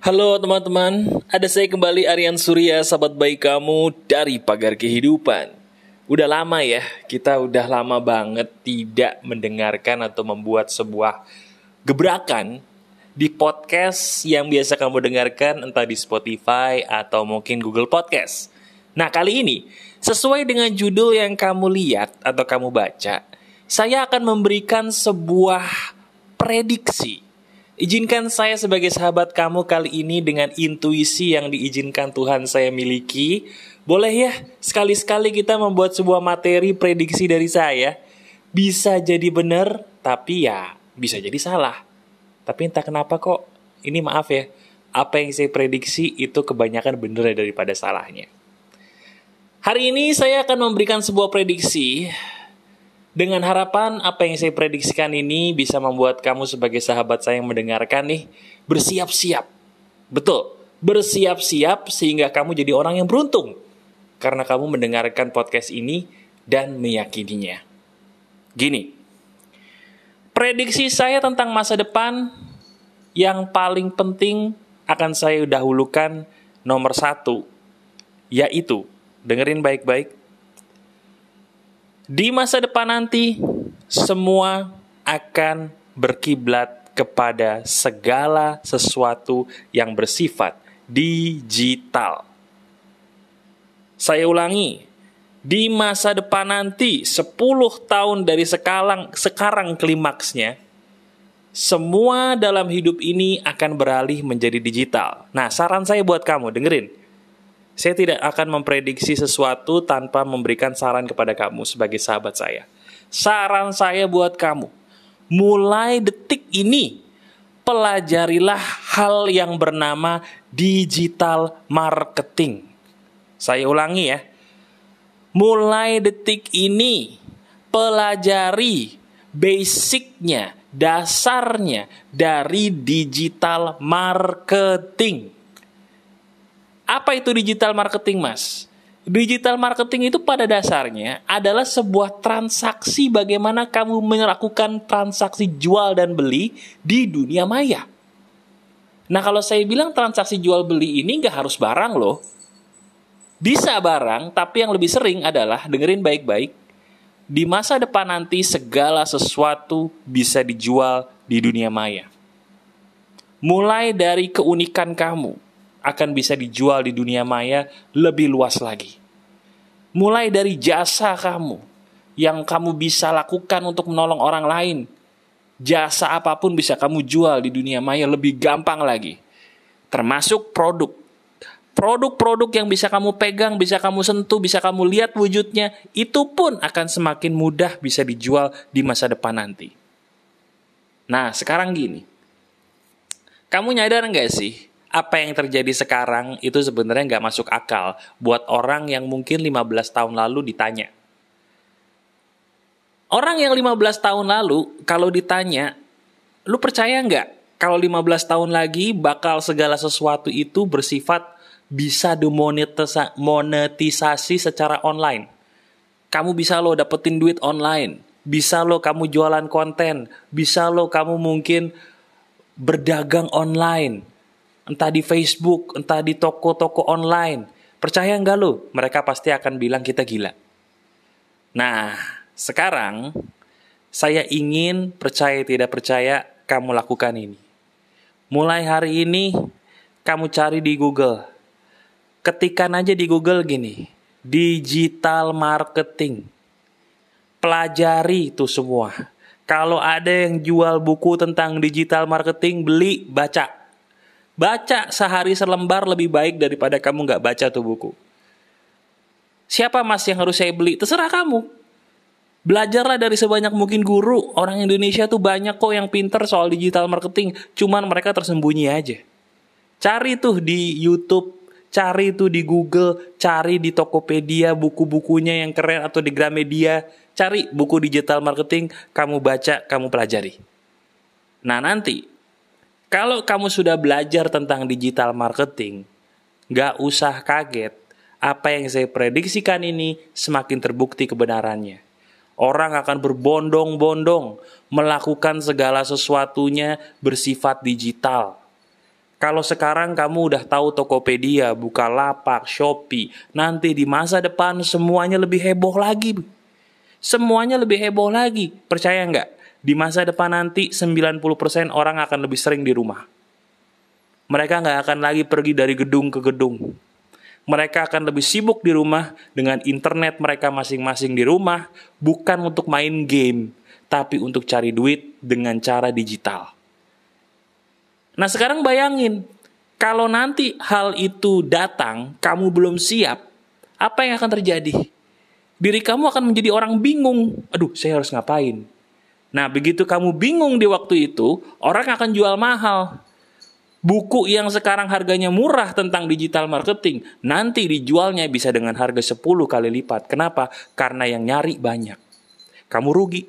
Halo teman-teman, ada saya kembali Aryan Surya, sahabat baik kamu dari Pagar Kehidupan. Udah lama ya, kita udah lama banget tidak mendengarkan atau membuat sebuah gebrakan di podcast yang biasa kamu dengarkan, entah di Spotify atau mungkin Google Podcast. Nah kali ini, sesuai dengan judul yang kamu lihat atau kamu baca, saya akan memberikan sebuah prediksi. Izinkan saya sebagai sahabat kamu kali ini dengan intuisi yang diizinkan Tuhan saya miliki. Boleh ya, sekali-sekali kita membuat sebuah materi prediksi dari saya. Bisa jadi benar, tapi ya bisa jadi salah. Tapi entah kenapa kok, ini maaf ya, apa yang saya prediksi itu kebanyakan benar daripada salahnya. Hari ini saya akan memberikan sebuah prediksi dengan harapan apa yang saya prediksikan ini bisa membuat kamu sebagai sahabat saya yang mendengarkan nih bersiap-siap. Betul, bersiap-siap sehingga kamu jadi orang yang beruntung. Karena kamu mendengarkan podcast ini dan meyakininya. Gini, prediksi saya tentang masa depan yang paling penting akan saya dahulukan nomor 1. Yaitu, dengerin baik-baik. Di masa depan nanti, semua akan berkiblat kepada segala sesuatu yang bersifat digital. Saya ulangi, di masa depan nanti, 10 tahun dari sekarang klimaksnya, semua dalam hidup ini akan beralih menjadi digital. Nah, saran saya buat kamu, dengerin. Saya tidak akan memprediksi sesuatu tanpa memberikan saran kepada kamu sebagai sahabat saya. Saran saya buat kamu, mulai detik ini, pelajarilah hal yang bernama digital marketing. Saya ulangi ya, mulai detik ini, pelajari basicnya, dasarnya dari digital marketing. Apa itu digital marketing, Mas? Digital marketing itu pada dasarnya adalah sebuah transaksi bagaimana kamu melakukan transaksi jual dan beli di dunia maya. Nah, kalau saya bilang transaksi jual beli ini nggak harus barang loh. Bisa barang, tapi yang lebih sering adalah, dengerin baik-baik, di masa depan nanti segala sesuatu bisa dijual di dunia maya. Mulai dari keunikan kamu, akan bisa dijual di dunia maya lebih luas lagi. Mulai dari jasa kamu yang kamu bisa lakukan untuk menolong orang lain. Jasa apapun bisa kamu jual di dunia maya lebih gampang lagi. Termasuk produk. Produk-produk yang bisa kamu pegang, bisa kamu sentuh, bisa kamu lihat wujudnya, itu pun akan semakin mudah bisa dijual di masa depan nanti. Nah, sekarang gini. Kamu nyadar nggak sih? Apa yang terjadi sekarang itu sebenarnya nggak masuk akal buat orang yang mungkin 15 tahun lalu ditanya. Orang yang 15 tahun lalu kalau ditanya, lu percaya nggak kalau 15 tahun lagi bakal segala sesuatu itu bersifat bisa dimonetisasi secara online. Kamu bisa lo dapetin duit online, bisa lo kamu jualan konten, bisa lo kamu mungkin berdagang online. Entah di Facebook, entah di toko-toko online. Percaya nggak lu? Mereka pasti akan bilang kita gila. Nah, sekarang saya ingin percaya tidak percaya kamu lakukan ini. Mulai hari ini, kamu cari di Google. Ketikan aja di Google gini, digital marketing. Pelajari itu semua. Kalau ada yang jual buku tentang digital marketing, beli, baca. Baca sehari selembar lebih baik daripada kamu gak baca tuh buku. Siapa mas yang harus saya beli? Terserah kamu. Belajarlah dari sebanyak mungkin guru. Orang Indonesia tuh banyak kok yang pinter soal digital marketing. Cuman mereka tersembunyi aja. Cari tuh di YouTube, cari tuh di Google, cari di Tokopedia buku-bukunya yang keren atau di Gramedia. Cari buku digital marketing, kamu baca, kamu pelajari. Nah nanti, kalau kamu sudah belajar tentang digital marketing, gak usah kaget. Apa yang saya prediksikan ini semakin terbukti kebenarannya. Orang akan berbondong-bondong melakukan segala sesuatunya bersifat digital. Kalau sekarang kamu udah tahu Tokopedia, Bukalapak, Shopee, nanti di masa depan semuanya lebih heboh lagi. Semuanya lebih heboh lagi. Percaya nggak? Di masa depan nanti 90% orang akan lebih sering di rumah. Mereka nggak akan lagi pergi dari gedung ke gedung. Mereka akan lebih sibuk di rumah dengan internet mereka masing-masing di rumah, bukan untuk main game, tapi untuk cari duit dengan cara digital. Nah sekarang bayangin, kalau nanti hal itu datang, kamu belum siap, apa yang akan terjadi? Diri kamu akan menjadi orang bingung. Aduh, saya harus ngapain? Nah, begitu kamu bingung di waktu itu, orang akan jual mahal. Buku yang sekarang harganya murah tentang digital marketing, nanti dijualnya bisa dengan harga 10 kali lipat. Kenapa? Karena yang nyari banyak. Kamu rugi.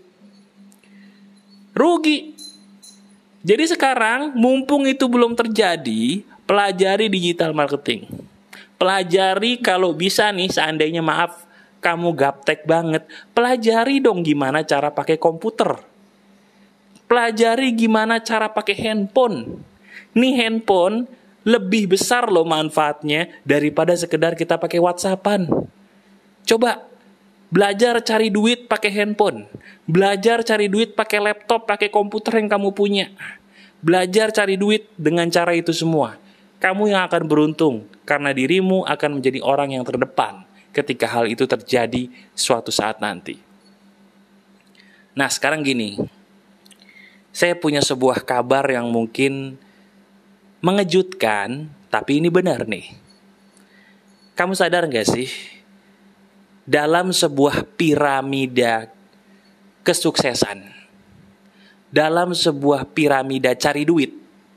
Rugi. Jadi sekarang, mumpung itu belum terjadi, pelajari digital marketing. Pelajari kalau bisa nih, seandainya maaf, kamu gaptek banget, pelajari dong gimana cara pakai komputer. Pelajari gimana cara pakai handphone. Nih handphone lebih besar loh manfaatnya daripada sekedar kita pakai WhatsAppan. Coba belajar cari duit pakai handphone. Belajar cari duit pakai laptop, pakai komputer yang kamu punya. Belajar cari duit dengan cara itu semua. Kamu yang akan beruntung karena dirimu akan menjadi orang yang terdepan ketika hal itu terjadi suatu saat nanti. Nah, sekarang gini. Saya punya sebuah kabar yang mungkin mengejutkan, tapi ini benar nih. Kamu sadar gak sih? Dalam sebuah piramida kesuksesan, dalam sebuah piramida cari duit,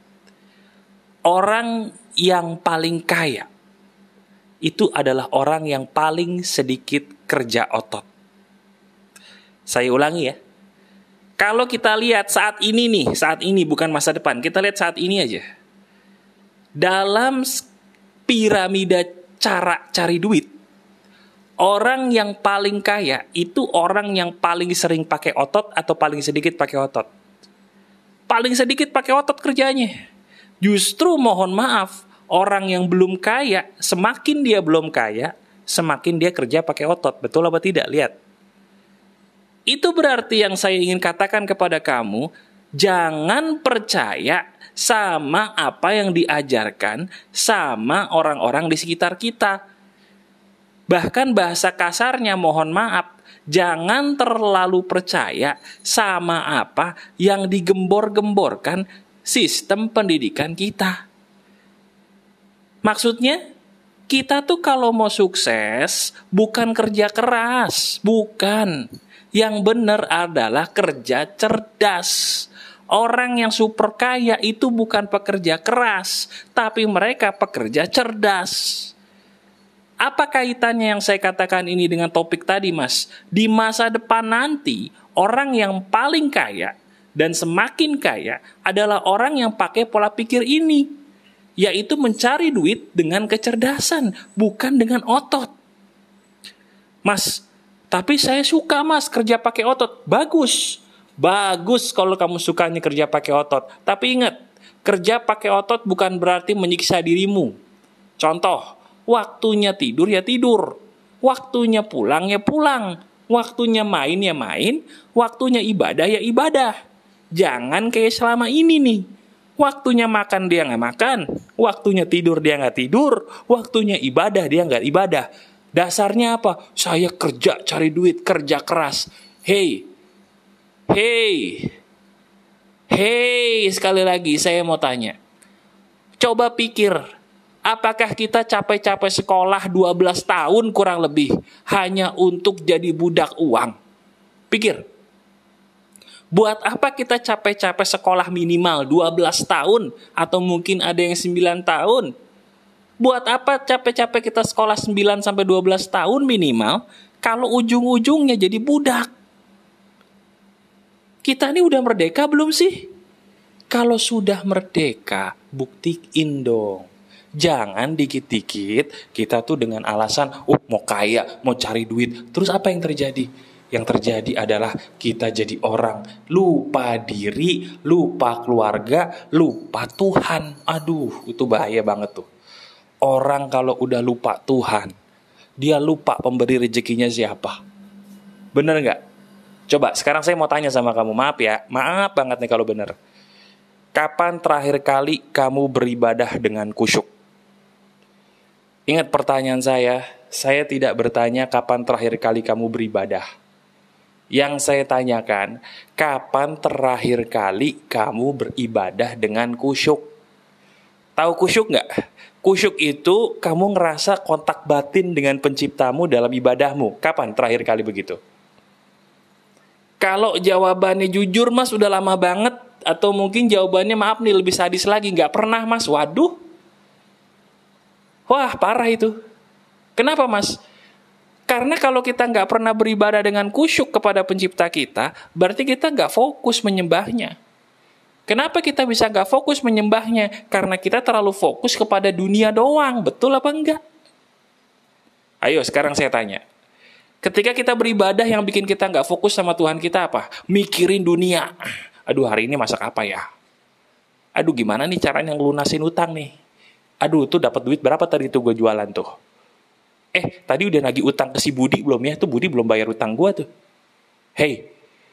orang yang paling kaya itu adalah orang yang paling sedikit kerja otot. Saya ulangi ya. Kalau kita lihat saat ini nih, saat ini bukan masa depan, kita lihat saat ini aja. Dalam piramida cara cari duit, orang yang paling kaya itu orang yang paling sering pakai otot atau paling sedikit pakai otot. Paling sedikit pakai otot kerjanya. Justru mohon maaf, orang yang belum kaya, semakin dia belum kaya, semakin dia kerja pakai otot. Betul apa tidak? Lihat. Itu berarti yang saya ingin katakan kepada kamu, jangan percaya sama apa yang diajarkan sama orang-orang di sekitar kita. Bahkan bahasa kasarnya, mohon maaf, jangan terlalu percaya sama apa yang digembor-gemborkan sistem pendidikan kita. Maksudnya, kita tuh kalau mau sukses, bukan kerja keras, bukan. Yang benar adalah kerja cerdas. Orang yang super kaya itu bukan pekerja keras, tapi mereka pekerja cerdas. Apa kaitannya yang saya katakan ini dengan topik tadi, Mas? Di masa depan nanti, orang yang paling kaya dan semakin kaya adalah orang yang pakai pola pikir ini, yaitu mencari duit dengan kecerdasan, bukan dengan otot. Mas, tapi saya suka mas kerja pakai otot. Bagus. Bagus kalau kamu sukanya kerja pakai otot. Tapi ingat, kerja pakai otot bukan berarti menyiksa dirimu. Contoh, waktunya tidur ya tidur. Waktunya pulang ya pulang. Waktunya main ya main. Waktunya ibadah ya ibadah. Jangan kayak selama ini nih. Waktunya makan dia nggak makan. Waktunya tidur dia nggak tidur. Waktunya ibadah dia nggak ibadah. Dasarnya apa? Saya kerja cari duit, kerja keras. Hey, sekali lagi saya mau tanya. Coba pikir, apakah kita capek-capek sekolah 12 tahun kurang lebih hanya untuk jadi budak uang? Pikir. Buat apa kita capek-capek sekolah minimal 12 tahun atau mungkin ada yang 9 tahun? Buat apa capek-capek kita sekolah 9-12 tahun minimal kalau ujung-ujungnya jadi budak? Kita ini udah merdeka belum sih? Kalau sudah merdeka, buktiin dong. Jangan dikit-dikit kita tuh dengan alasan, mau kaya, mau cari duit. Terus apa yang terjadi? Yang terjadi adalah kita jadi orang lupa diri, lupa keluarga, lupa Tuhan. Aduh, itu bahaya banget tuh. Orang kalau udah lupa Tuhan, dia lupa pemberi rezekinya siapa. Bener gak? Coba sekarang saya mau tanya sama kamu, maaf ya, maaf banget nih kalau bener. Kapan terakhir kali kamu beribadah dengan khusyuk? Ingat pertanyaan saya tidak bertanya kapan terakhir kali kamu beribadah. Yang saya tanyakan, kapan terakhir kali kamu beribadah dengan khusyuk? Tahu khusyuk nggak? Khusyuk itu kamu ngerasa kontak batin dengan penciptamu dalam ibadahmu. Kapan terakhir kali begitu? Kalau jawabannya jujur mas udah lama banget, atau mungkin jawabannya maaf nih lebih sadis lagi, nggak pernah mas, waduh. Wah parah itu. Kenapa mas? Karena kalau kita nggak pernah beribadah dengan khusyuk kepada pencipta kita, berarti kita nggak fokus menyembahnya. Kenapa kita bisa nggak fokus menyembahnya? Karena kita terlalu fokus kepada dunia doang. Betul apa enggak? Ayo sekarang saya tanya. Ketika kita beribadah yang bikin kita nggak fokus sama Tuhan kita apa? Mikirin dunia. Aduh hari ini masak apa ya? Aduh gimana nih caranya ngelunasin utang nih? Aduh tuh dapat duit berapa tadi tuh gue jualan tuh? Tadi udah nagih utang ke si Budi belum ya? Tuh Budi belum bayar utang gue tuh. Hey,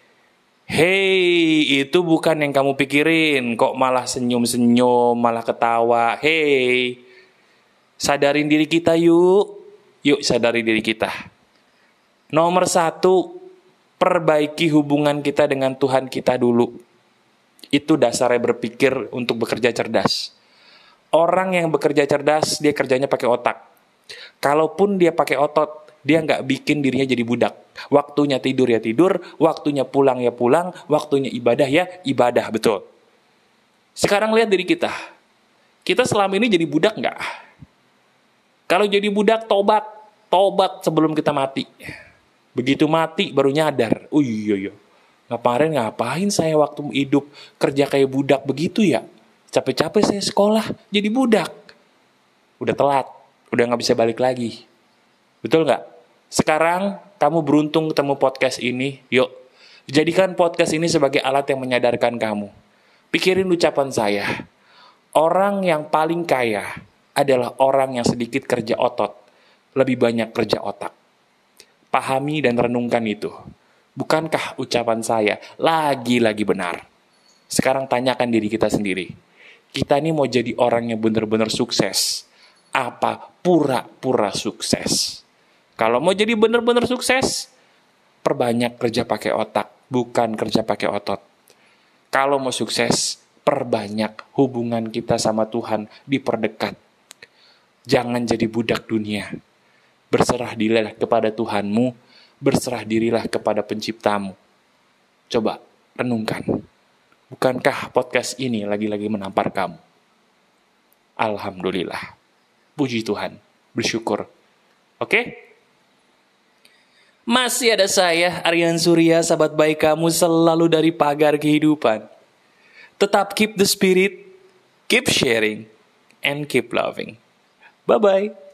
itu bukan yang kamu pikirin. Kok malah senyum-senyum, malah ketawa. Hey, sadarin diri kita yuk. Yuk sadari diri kita. Nomor 1, perbaiki hubungan kita dengan Tuhan kita dulu. Itu dasarnya berpikir untuk bekerja cerdas. Orang yang bekerja cerdas, dia kerjanya pakai otak. Kalaupun dia pakai otot, dia nggak bikin dirinya jadi budak. Waktunya tidur ya tidur, waktunya pulang ya pulang, waktunya ibadah ya ibadah, betul. Sekarang lihat diri kita. Kita selama ini jadi budak nggak? Kalau jadi budak, tobat sebelum kita mati. Begitu mati baru nyadar. Oh iya. Kemarin ngapain saya waktu hidup kerja kayak budak begitu ya? Capek-capek saya sekolah jadi budak. Udah telat. Udah gak bisa balik lagi. Betul gak? Sekarang kamu beruntung ketemu podcast ini. Yuk, jadikan podcast ini sebagai alat yang menyadarkan kamu. Pikirin ucapan saya. Orang yang paling kaya adalah orang yang sedikit kerja otot, lebih banyak kerja otak. Pahami dan renungkan itu. Bukankah ucapan saya lagi-lagi benar? Sekarang tanyakan diri kita sendiri. Kita ini mau jadi orang yang benar-benar sukses. Apa pura-pura sukses? Kalau mau jadi benar-benar sukses, perbanyak kerja pakai otak, bukan kerja pakai otot. Kalau mau sukses, perbanyak hubungan kita sama Tuhan, diperdekat. Jangan jadi budak dunia. Berserah dirilah kepada Tuhanmu, berserah dirilah kepada penciptamu. Coba renungkan. Bukankah podcast ini lagi-lagi menampar kamu? Alhamdulillah. Puji Tuhan, bersyukur. Oke? Masih ada saya, Aryan Surya, sahabat baik kamu selalu dari pagar kehidupan. Tetap keep the spirit, keep sharing, and keep loving. Bye-bye.